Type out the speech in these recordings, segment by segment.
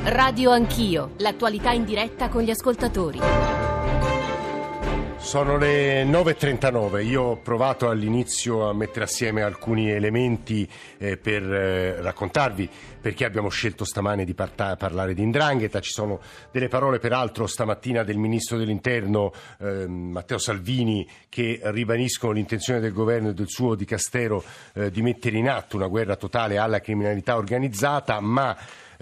Radio Anch'io, l'attualità in diretta con gli ascoltatori. Sono le 9.39, io ho provato all'inizio a mettere assieme alcuni elementi per raccontarvi perché abbiamo scelto stamane di parlare di 'ndrangheta. Ci sono delle parole peraltro stamattina del Ministro dell'Interno Matteo Salvini che ribadiscono l'intenzione del governo e del suo dicastero di mettere in atto una guerra totale alla criminalità organizzata, ma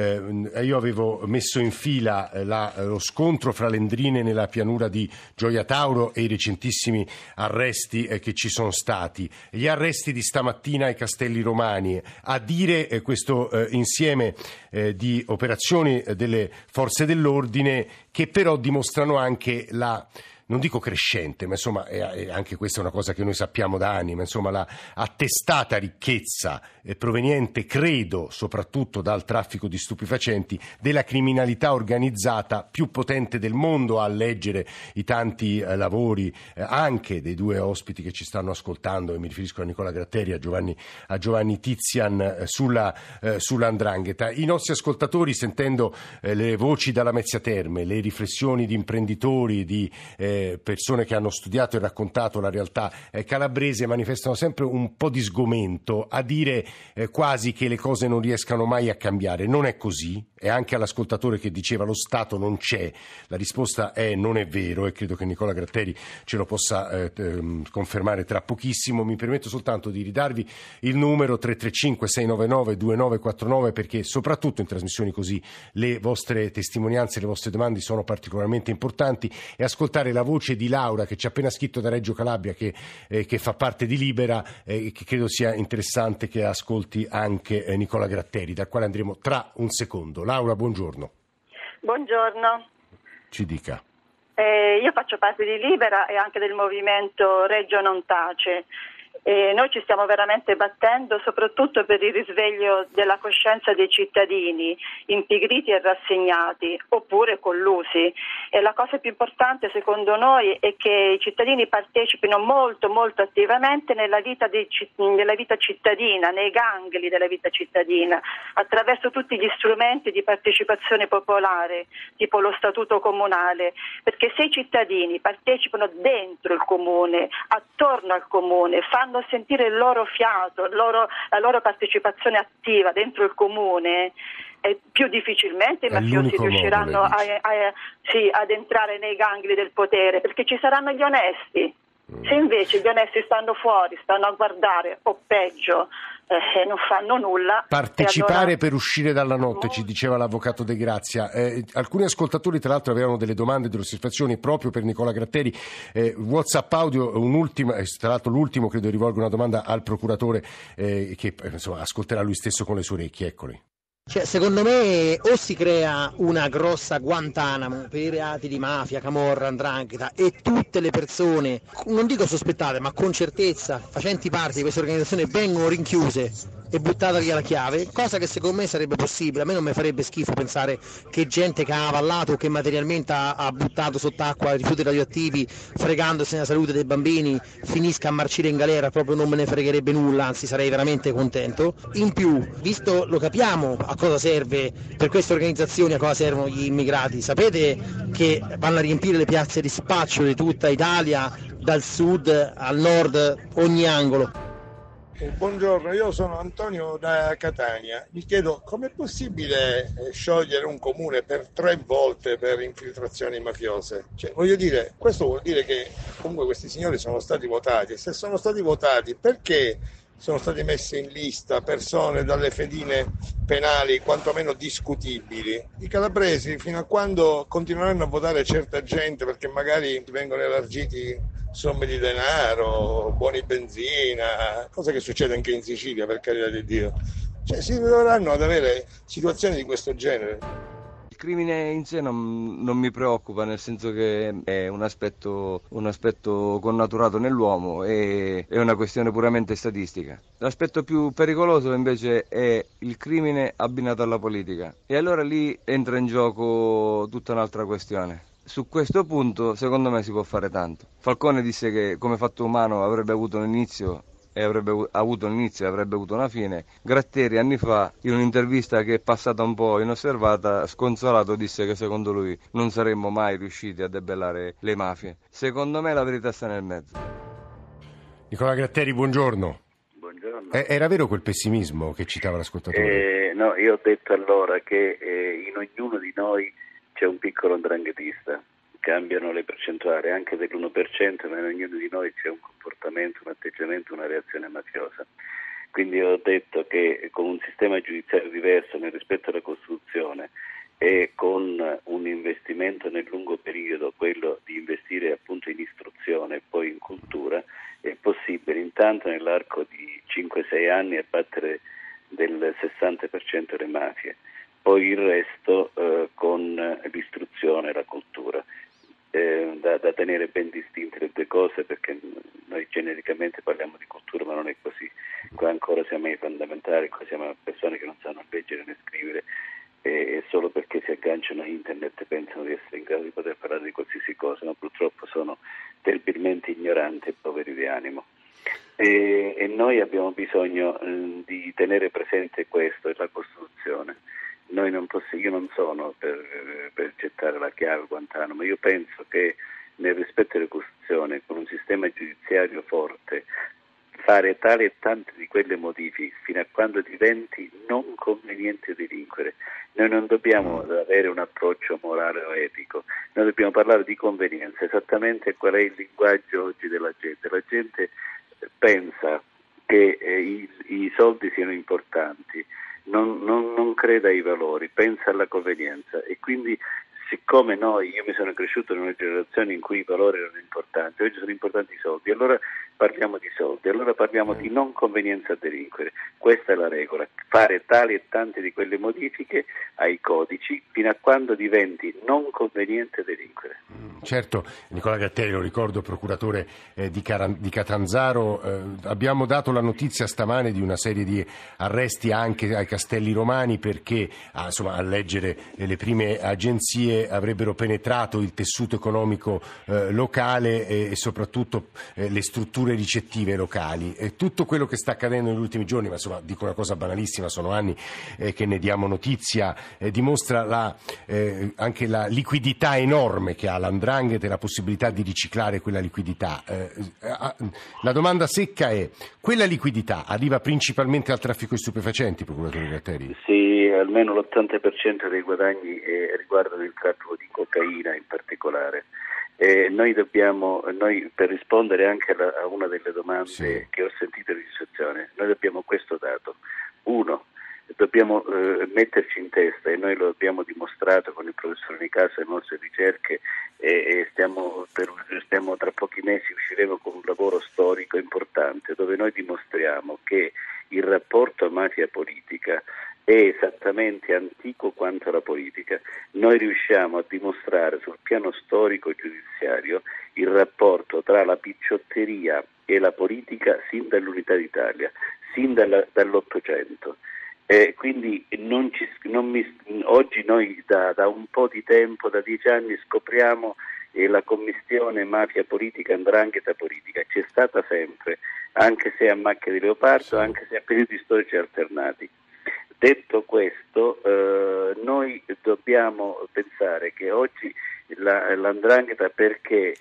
io avevo messo in fila lo scontro fra le 'ndrine nella pianura di Gioia Tauro e i recentissimi arresti che ci sono stati. Gli arresti di stamattina ai Castelli Romani, a dire questo insieme di operazioni delle forze dell'ordine che però dimostrano anche non dico crescente, ma insomma anche questa è una cosa che noi sappiamo da anni, ma insomma la attestata ricchezza proveniente, credo, soprattutto dal traffico di stupefacenti, della criminalità organizzata più potente del mondo, a leggere i tanti lavori anche dei due ospiti che ci stanno ascoltando, e mi riferisco a Nicola Gratteri e a Giovanni Tizian sulla 'ndrangheta. I nostri ascoltatori, sentendo le voci dalla Mezzia Terme, le riflessioni di imprenditori, di persone che hanno studiato e raccontato la realtà calabrese, manifestano sempre un po' di sgomento, a dire quasi che le cose non riescano mai a cambiare. Non è così, e anche all'ascoltatore che diceva lo Stato non c'è, la risposta è non è vero, e credo che Nicola Gratteri ce lo possa confermare tra pochissimo. Mi permetto soltanto di ridarvi il numero 335 699 2949, perché soprattutto in trasmissioni così le vostre testimonianze, le vostre domande sono particolarmente importanti, e ascoltare la voce di Laura che ci ha appena scritto da Reggio Calabria, che fa parte di Libera, che credo sia interessante che ascolti anche Nicola Gratteri, dal quale andremo tra un secondo. Laura, buongiorno. Buongiorno. Ci dica. Io faccio parte di Libera e anche del movimento Reggio Non Tace. Noi ci stiamo veramente battendo soprattutto per il risveglio della coscienza dei cittadini impigriti e rassegnati oppure collusi, e la cosa più importante secondo noi è che i cittadini partecipino molto molto attivamente nella vita cittadina, nei gangli della vita cittadina, attraverso tutti gli strumenti di partecipazione popolare tipo lo statuto comunale, perché se i cittadini partecipano dentro il comune, attorno al comune, fanno sentire il loro fiato, la loro partecipazione attiva dentro il comune, più difficilmente i mafiosi riusciranno ad entrare nei gangli del potere, perché ci saranno gli onesti. Se invece gli onesti stanno fuori, stanno a guardare, o peggio, non fanno nulla. Partecipare allora... per uscire dalla notte, ci diceva l'avvocato De Grazia. Alcuni ascoltatori tra l'altro avevano delle domande, delle osservazioni proprio per Nicola Gratteri. WhatsApp audio, un'ultima, tra l'altro l'ultimo credo rivolga una domanda al procuratore che insomma ascolterà lui stesso con le sue orecchie. Eccoli. Secondo me o si crea una grossa Guantanamo per i reati di mafia, camorra, 'ndrangheta, e tutte le persone, non dico sospettate, ma con certezza facenti parte di questa organizzazione vengono rinchiuse e buttata via la chiave, cosa che secondo me sarebbe possibile. A me non mi farebbe schifo pensare che gente che ha avallato o che materialmente ha buttato sott'acqua rifiuti radioattivi fregandosi della salute dei bambini finisca a marcire in galera, proprio non me ne fregherebbe nulla, anzi sarei veramente contento. In più, visto lo capiamo a cosa serve per queste organizzazioni, a cosa servono gli immigrati, sapete che vanno a riempire le piazze di spaccio di tutta Italia, dal sud al nord, ogni angolo. Buongiorno, io sono Antonio da Catania. Mi chiedo com'è possibile sciogliere un comune per 3 volte per infiltrazioni mafiose. Voglio dire, questo vuol dire che comunque questi signori sono stati votati. Se sono stati votati, perché sono stati messi in lista persone dalle fedine penali quantomeno discutibili? I calabresi, fino a quando continueranno a votare certa gente perché magari vengono elargiti somme di denaro, buoni benzina, cosa che succede anche in Sicilia, per carità di Dio, si dovranno ad avere situazioni di questo genere. Il crimine in sé non mi preoccupa, nel senso che è un aspetto connaturato nell'uomo e è una questione puramente statistica. L'aspetto più pericoloso invece è il crimine abbinato alla politica, e allora lì entra in gioco tutta un'altra questione. Su questo punto secondo me si può fare tanto. Falcone disse che come fatto umano avrebbe avuto un inizio e avrebbe avuto un inizio e avrebbe avuto una fine. Gratteri anni fa, in un'intervista che è passata un po' inosservata, sconsolato disse che secondo lui non saremmo mai riusciti a debellare le mafie. Secondo me la verità sta nel mezzo. Nicola Gratteri, buongiorno. Buongiorno. Era vero quel pessimismo che citava l'ascoltatore? No, io ho detto allora che in ognuno di noi c'è un piccolo 'ndranghetista. Cambiano le percentuali anche dell'1%, ma in ognuno di noi c'è un comportamento, un atteggiamento, una reazione mafiosa. Quindi ho detto che con un sistema giudiziario diverso nel rispetto alla Costituzione e con un investimento nel lungo periodo, quello di investire appunto in istruzione e poi in cultura, è possibile intanto nell'arco di 5-6 anni abbattere del 60% le mafie, poi il resto con l'istruzione e la cultura. Da tenere ben distinte le due cose, perché noi genericamente parliamo di cultura ma non è così. Qua ancora siamo ai fondamentali, qua siamo persone che non sanno leggere né scrivere e solo perché si agganciano a internet pensano di essere in grado di poter parlare di qualsiasi cosa, ma purtroppo sono terribilmente ignoranti e poveri di animo. E noi abbiamo bisogno di tenere presente questo e la Costituzione. Io non sono per gettare la chiave Guantanamo, io penso che nel rispetto della Costituzione, con un sistema giudiziario forte, fare tale e tante di quelle modifiche fino a quando diventi non conveniente delinquere. Noi non dobbiamo avere un approccio morale o etico, noi dobbiamo parlare di convenienza, esattamente qual è il linguaggio oggi della gente. La gente pensa che i soldi siano importanti, non creda ai valori, pensa alla convenienza e quindi siccome io mi sono cresciuto in una generazione in cui i valori erano importanti, oggi sono importanti i soldi, allora parliamo di soldi, allora parliamo di non convenienza a delinquere. Questa è la regola, fare tali e tante di quelle modifiche ai codici fino a quando diventi non conveniente delinquere. Certo, Nicola Gratteri, lo ricordo, procuratore di Catanzaro, abbiamo dato la notizia stamane di una serie di arresti anche ai Castelli Romani perché, a leggere le prime agenzie, avrebbero penetrato il tessuto economico locale e soprattutto le strutture ricettive locali. Tutto quello che sta accadendo negli ultimi giorni, ma dico una cosa banalissima, sono anni che ne diamo notizia, dimostra anche la liquidità enorme che ha l''ndrangheta e la possibilità di riciclare quella liquidità. La domanda secca è: quella liquidità arriva principalmente al traffico di stupefacenti, procuratore Gratteri? Sì, almeno l'80% dei guadagni riguardano il traffico di cocaina in particolare. Noi per rispondere anche a una delle domande che ho sentito in registrazione, noi dobbiamo questo dato. Uno, dobbiamo metterci in testa, e noi lo abbiamo dimostrato con il professor Nicaso e le nostre ricerche, e stiamo tra pochi mesi usciremo con un lavoro storico importante dove noi dimostriamo che il rapporto mafia-politica è esattamente antico quanto la politica. Noi riusciamo a dimostrare sul piano storico e giudiziario il rapporto tra la picciotteria e la politica sin dall'Unità d'Italia, sin dall'800. Quindi oggi noi da un po' di tempo, da 10 anni, scopriamo la commistione mafia-politica, 'ndrangheta politica. C'è stata sempre, anche se a macchia di leopardo, anche se a periodi storici alternati. Detto questo, noi dobbiamo pensare che oggi la 'ndrangheta perché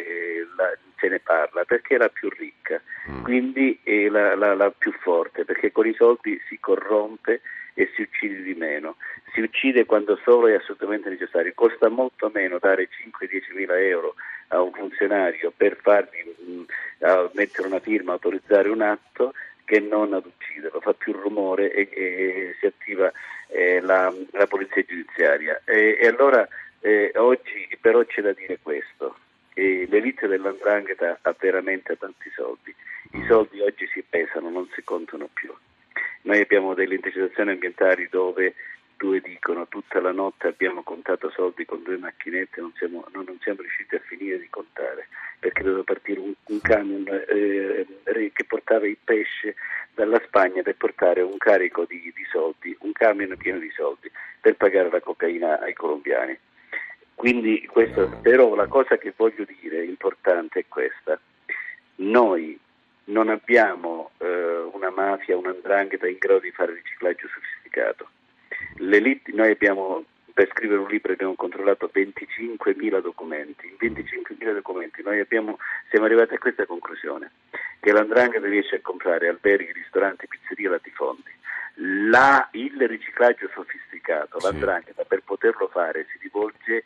se ne parla? Perché è la più ricca, quindi è la più forte, perché con i soldi si corrompe e si uccide di meno. Si uccide quando solo è assolutamente necessario. Costa molto meno dare 5-10 mila euro a un funzionario per fargli mettere una firma, autorizzare un atto, che non ad ucciderlo. Fa più rumore e si attiva la polizia giudiziaria. E allora oggi però c'è da dire questo: l'elite dell''ndrangheta ha veramente tanti soldi. I soldi oggi si pesano, non si contano più. Noi abbiamo delle intercettazioni ambientali dove due dicono: tutta la notte abbiamo contato soldi con 2 macchinette, non siamo riusciti a finire di contare, perché doveva partire un camion che portava il pesce dalla Spagna per portare un carico di soldi, un camion pieno di soldi per pagare la cocaina ai colombiani. Quindi questo, però la cosa che voglio dire importante è questa: noi non abbiamo una mafia, un'ndrangheta in grado di fare riciclaggio sofisticato. Noi abbiamo, per scrivere un libro abbiamo controllato 25.000 documenti. In 25.000 documenti siamo arrivati a questa conclusione, che l'ndrangheta riesce a comprare alberghi, ristoranti, pizzerie, latifondi. Il riciclaggio sofisticato, sì. L'ndrangheta per poterlo fare si rivolge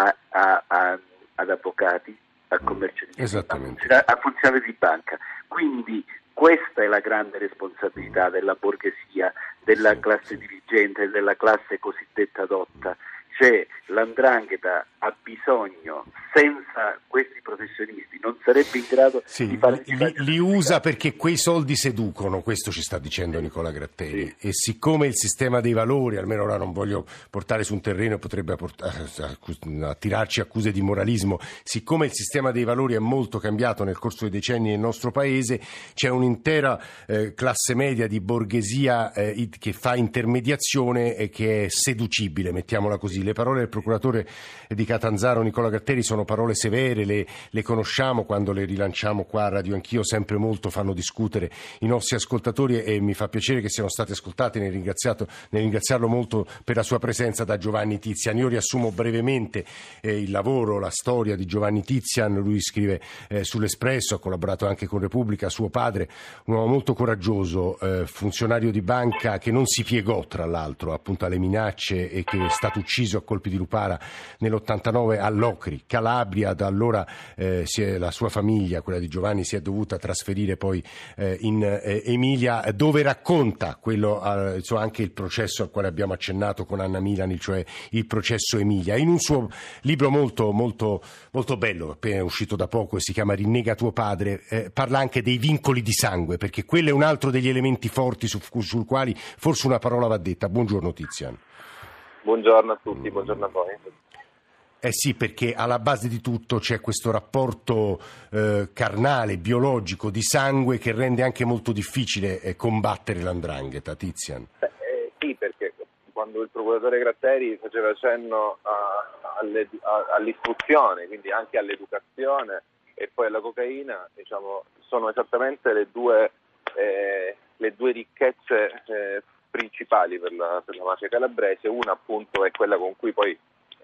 ad avvocati, al commercio di a funzionari di banca. Quindi questa è la grande responsabilità della borghesia, della classe dirigente, della classe cosiddetta dotta. Cioè l'ndrangheta ha bisogno, senza questi professionisti non sarebbe in grado di fare li usa perché quei soldi seducono, questo ci sta dicendo Nicola Gratteri, sì. E siccome il sistema dei valori, almeno ora non voglio portare su un terreno potrebbe attirarci accuse di moralismo, siccome il sistema dei valori è molto cambiato nel corso dei decenni nel nostro paese, c'è un'intera classe media di borghesia che fa intermediazione e che è seducibile, mettiamola così. Le parole del procuratore di Catanzaro Nicola Gratteri sono parole severe, le conosciamo, quando le rilanciamo qua a Radio Anch'io sempre molto fanno discutere i nostri ascoltatori e mi fa piacere che siano state ascoltate, nel ringraziarlo molto per la sua presenza, da Giovanni Tizian. Io riassumo brevemente il lavoro, la storia di Giovanni Tizian. Lui scrive sull'Espresso, ha collaborato anche con Repubblica, suo padre, un uomo molto coraggioso, funzionario di banca che non si piegò tra l'altro appunto alle minacce e che è stato ucciso a colpi di lupara nell'89 a Locri, Calabria. Da allora la sua famiglia, quella di Giovanni, si è dovuta trasferire poi in Emilia, dove racconta anche il processo al quale abbiamo accennato con Anna Milani, cioè il processo Emilia. In un suo libro molto, molto, molto bello, appena uscito da poco, si chiama Rinnega tuo padre, parla anche dei vincoli di sangue, perché quello è un altro degli elementi forti sul quali forse una parola va detta. Buongiorno Tizian. Buongiorno a tutti, buongiorno a voi. Sì, perché alla base di tutto c'è questo rapporto carnale, biologico, di sangue, che rende anche molto difficile combattere l'ndrangheta, Tizian. Sì, perché quando il procuratore Gratteri faceva cenno all'istruzione, quindi anche all'educazione e poi alla cocaina, diciamo, sono esattamente le due ricchezze principali per la mafia calabrese. Una appunto è quella con cui poi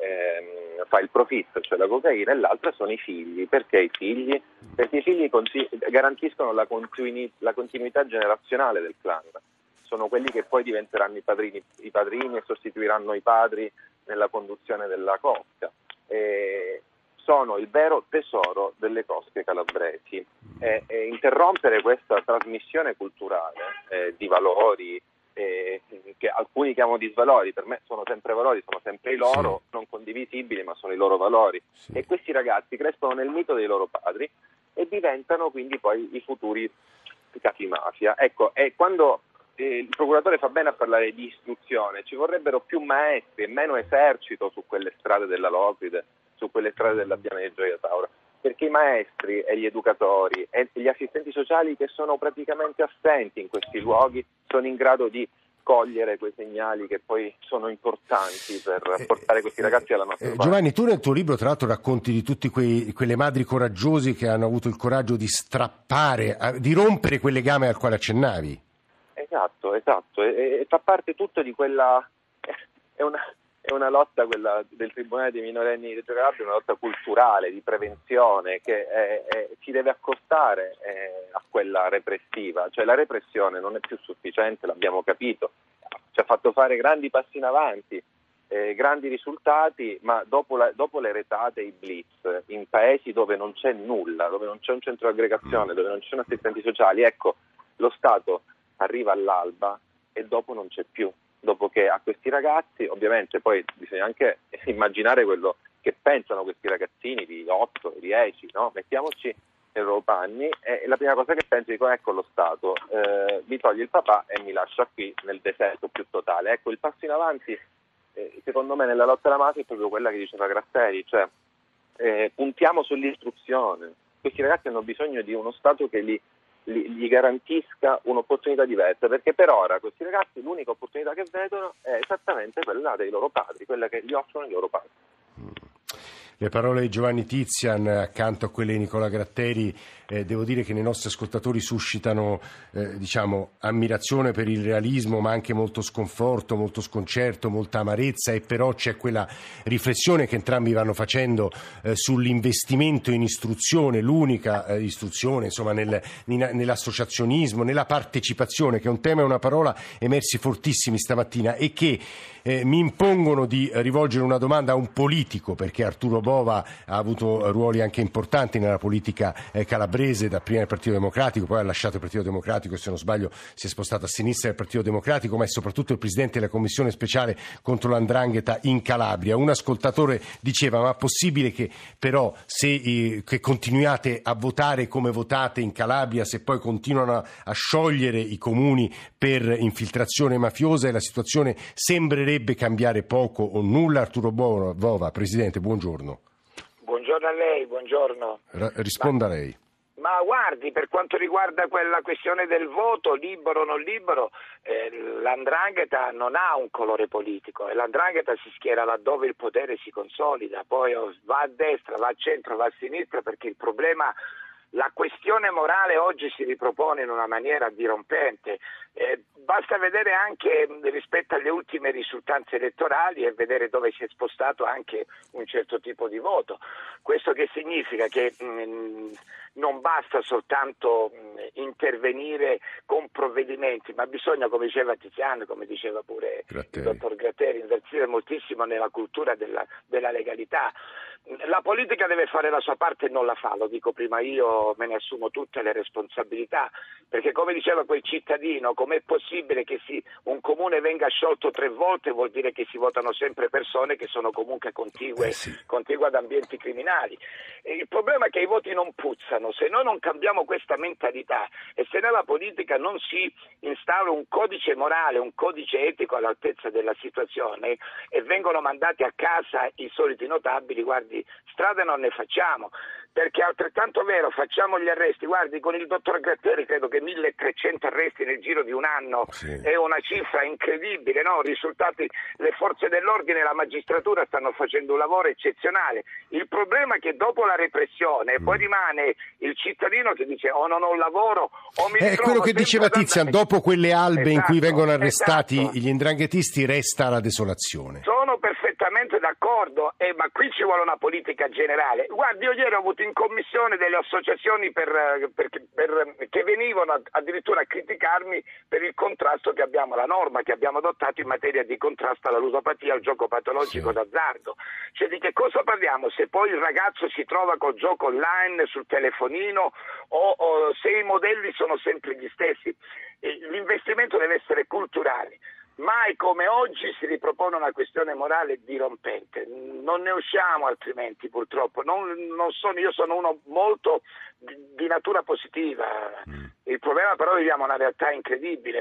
fa il profitto, cioè la cocaina, e l'altra sono i figli. Perché i figli? Perché i figli garantiscono la continuità generazionale del clan. Sono quelli che poi diventeranno i padrini e sostituiranno i padri nella conduzione della cosca. Sono il vero tesoro delle cosche calabresi. Interrompere questa trasmissione culturale di valori, che alcuni chiamano disvalori, per me sono sempre valori, sono sempre i loro, sì, non condivisibili, ma sono i loro valori. Sì. E questi ragazzi crescono nel mito dei loro padri e diventano quindi poi i futuri capimafia. Ecco, e quando il procuratore fa bene a parlare di istruzione, ci vorrebbero più maestri e meno esercito su quelle strade della Locride, su quelle strade della Piana di Gioia Tauro, perché i maestri e gli educatori e gli assistenti sociali, che sono praticamente assenti in questi luoghi, sono in grado di cogliere quei segnali che poi sono importanti per portare questi ragazzi alla nostra parte. Giovanni, tu nel tuo libro tra l'altro racconti di tutte quelle madri coraggiose che hanno avuto il coraggio di strappare, di rompere quel legame al quale accennavi. Esatto, e fa parte tutto di quella... È una lotta, quella del Tribunale dei minorenni di Reggio Calabria, una lotta culturale, di prevenzione, che si deve accostare a quella repressiva. Cioè la repressione non è più sufficiente, l'abbiamo capito, ci ha fatto fare grandi passi in avanti, grandi risultati, ma dopo le retate, i blitz, in paesi dove non c'è nulla, dove non c'è un centro di aggregazione, dove non ci sono assistenti sociali, ecco, lo Stato arriva all'alba e dopo non c'è più. Dopo che a questi ragazzi, ovviamente poi bisogna anche immaginare quello che pensano questi ragazzini di 8, 10, no? Mettiamoci nei loro panni, e la prima cosa che penso, dico, ecco lo Stato, mi toglie il papà e mi lascia qui nel deserto più totale. Ecco, il passo in avanti, secondo me, nella lotta alla mafia è proprio quella che diceva Gratteri, cioè puntiamo sull'istruzione. Questi ragazzi hanno bisogno di uno Stato che gli garantisca un'opportunità diversa, perché per ora questi ragazzi l'unica opportunità che vedono è esattamente quella dei loro padri, quella che gli offrono i loro padri. Le parole di Giovanni Tizian accanto a quelle di Nicola Gratteri devo dire che nei nostri ascoltatori suscitano ammirazione per il realismo, ma anche molto sconforto, molto sconcerto, molta amarezza, e però c'è quella riflessione che entrambi vanno facendo sull'investimento in istruzione, l'unica istruzione insomma nell'associazionismo, nella partecipazione, che è un tema e una parola emersi fortissimi stamattina e che mi impongono di rivolgere una domanda a un politico, perché Arturo Bova ha avuto ruoli anche importanti nella politica calabrese, dapprima nel Partito Democratico, poi ha lasciato il Partito Democratico e se non sbaglio si è spostato a sinistra del Partito Democratico, ma è soprattutto il presidente della commissione speciale contro l''ndrangheta in Calabria. Un ascoltatore diceva: ma è possibile che però che continuiate a votare come votate in Calabria, se poi continuano a sciogliere i comuni per infiltrazione mafiosa e la situazione sembrerebbe cambiare poco o nulla? Arturo Bova, Presidente, buongiorno. Buongiorno a lei, buongiorno. Risponda lei. Ma guardi, per quanto riguarda quella questione del voto, libero o non libero, l''ndrangheta non ha un colore politico e l''ndrangheta si schiera laddove il potere si consolida, poi va a destra, va a centro, va a sinistra, perché il problema... La questione morale oggi si ripropone in una maniera dirompente, basta vedere anche rispetto alle ultime risultanze elettorali e vedere dove si è spostato anche un certo tipo di voto. Questo che significa? Che non basta soltanto intervenire con provvedimenti, ma bisogna, come diceva Tiziano, come diceva pure il dottor Gratteri, investire moltissimo nella cultura della legalità. La politica deve fare la sua parte e non la fa, lo dico prima io, me ne assumo tutte le responsabilità, perché come diceva quel cittadino, com'è possibile che un comune venga sciolto 3 volte? Vuol dire che si votano sempre persone che sono comunque contigue ad ambienti criminali. E il problema è che i voti non puzzano, se noi non cambiamo questa mentalità e se nella politica non si instaura un codice morale, un codice etico all'altezza della situazione e vengono mandati a casa i soliti notabili, guardi, strada non ne facciamo, perché è altrettanto vero, facciamo gli arresti, guardi, con il dottor Gratteri credo che 1300 arresti nel giro di un anno, è una cifra incredibile, no? Risultati, le forze dell'ordine e la magistratura stanno facendo un lavoro eccezionale. Il problema è che dopo la repressione poi rimane il cittadino che dice o non ho lavoro o mi ritrovo. È quello che diceva Tizian, dopo quelle albe in cui vengono arrestati gli 'ndranghetisti resta la desolazione. Sono perfettamente d'accordo, ma qui ci vuole una politica generale. Guardi, io ieri ho avuto in commissione delle associazioni che venivano addirittura a criticarmi per il contrasto che abbiamo, la norma che abbiamo adottato in materia di contrasto alla ludopatia, al gioco patologico d'azzardo. Cioè, di che cosa parliamo se poi il ragazzo si trova col gioco online sul telefonino o se i modelli sono sempre gli stessi? L'investimento deve essere culturale. Mai come oggi si ripropone una questione morale dirompente, non ne usciamo altrimenti purtroppo, io sono uno molto di natura positiva, il problema però viviamo una realtà incredibile,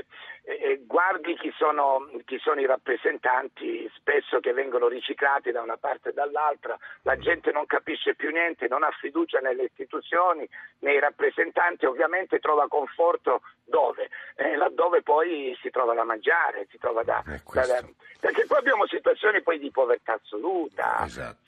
guardi chi sono i rappresentanti spesso che vengono riciclati da una parte e dall'altra, la gente non capisce più niente, non ha fiducia nelle istituzioni, nei rappresentanti, ovviamente trova conforto dove? Laddove poi si trova da mangiare, si trova perché poi abbiamo situazioni poi di povertà assoluta,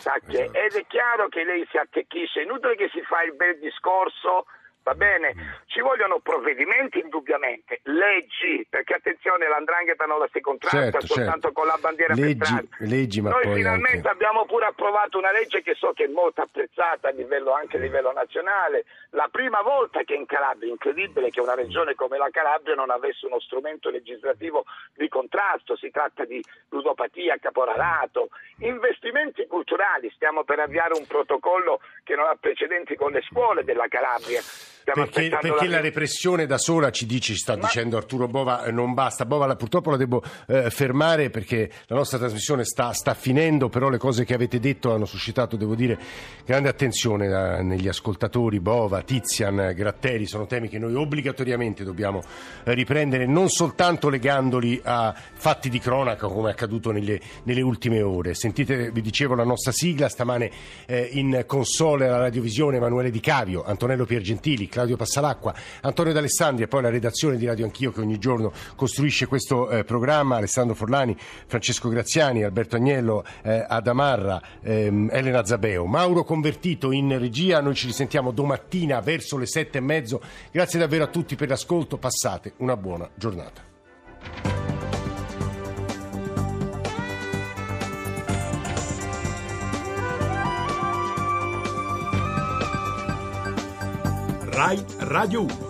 ed è chiaro che lei si attecchisce, inutile che si fa il bel discorso, va bene, ci vogliono provvedimenti indubbiamente, leggi, perché attenzione, l''ndrangheta non la si contrasta soltanto con la bandiera per strada. Noi finalmente abbiamo pure approvato una legge che so che è molto apprezzata anche a livello nazionale, la prima volta che in Calabria, incredibile che una regione come la Calabria non avesse uno strumento legislativo di contrasto, si tratta di ludopatia, caporalato, investimenti culturali, stiamo per avviare un protocollo che non ha precedenti con le scuole della Calabria. Perché la repressione da sola, ci sta dicendo Arturo Bova, non basta. Bova, purtroppo la devo fermare perché la nostra trasmissione sta finendo, però le cose che avete detto hanno suscitato, devo dire, grande attenzione negli ascoltatori. Bova, Tizian, Gratteri, sono temi che noi obbligatoriamente dobbiamo riprendere, non soltanto legandoli a fatti di cronaca come è accaduto nelle ultime ore. Sentite, vi dicevo, la nostra sigla stamane in console alla radiovisione: Emanuele Di Cavio, Antonello Piergentili, Claudio Passalacqua, Antonio D'Alessandri e poi la redazione di Radio Anch'io che ogni giorno costruisce questo programma, Alessandro Forlani, Francesco Graziani, Alberto Agnello, Adamarra, Elena Zabeo, Mauro Convertito in regia. Noi ci risentiamo domattina verso le 7:30. Grazie davvero a tutti per l'ascolto, passate una buona giornata. Rai Radio 1.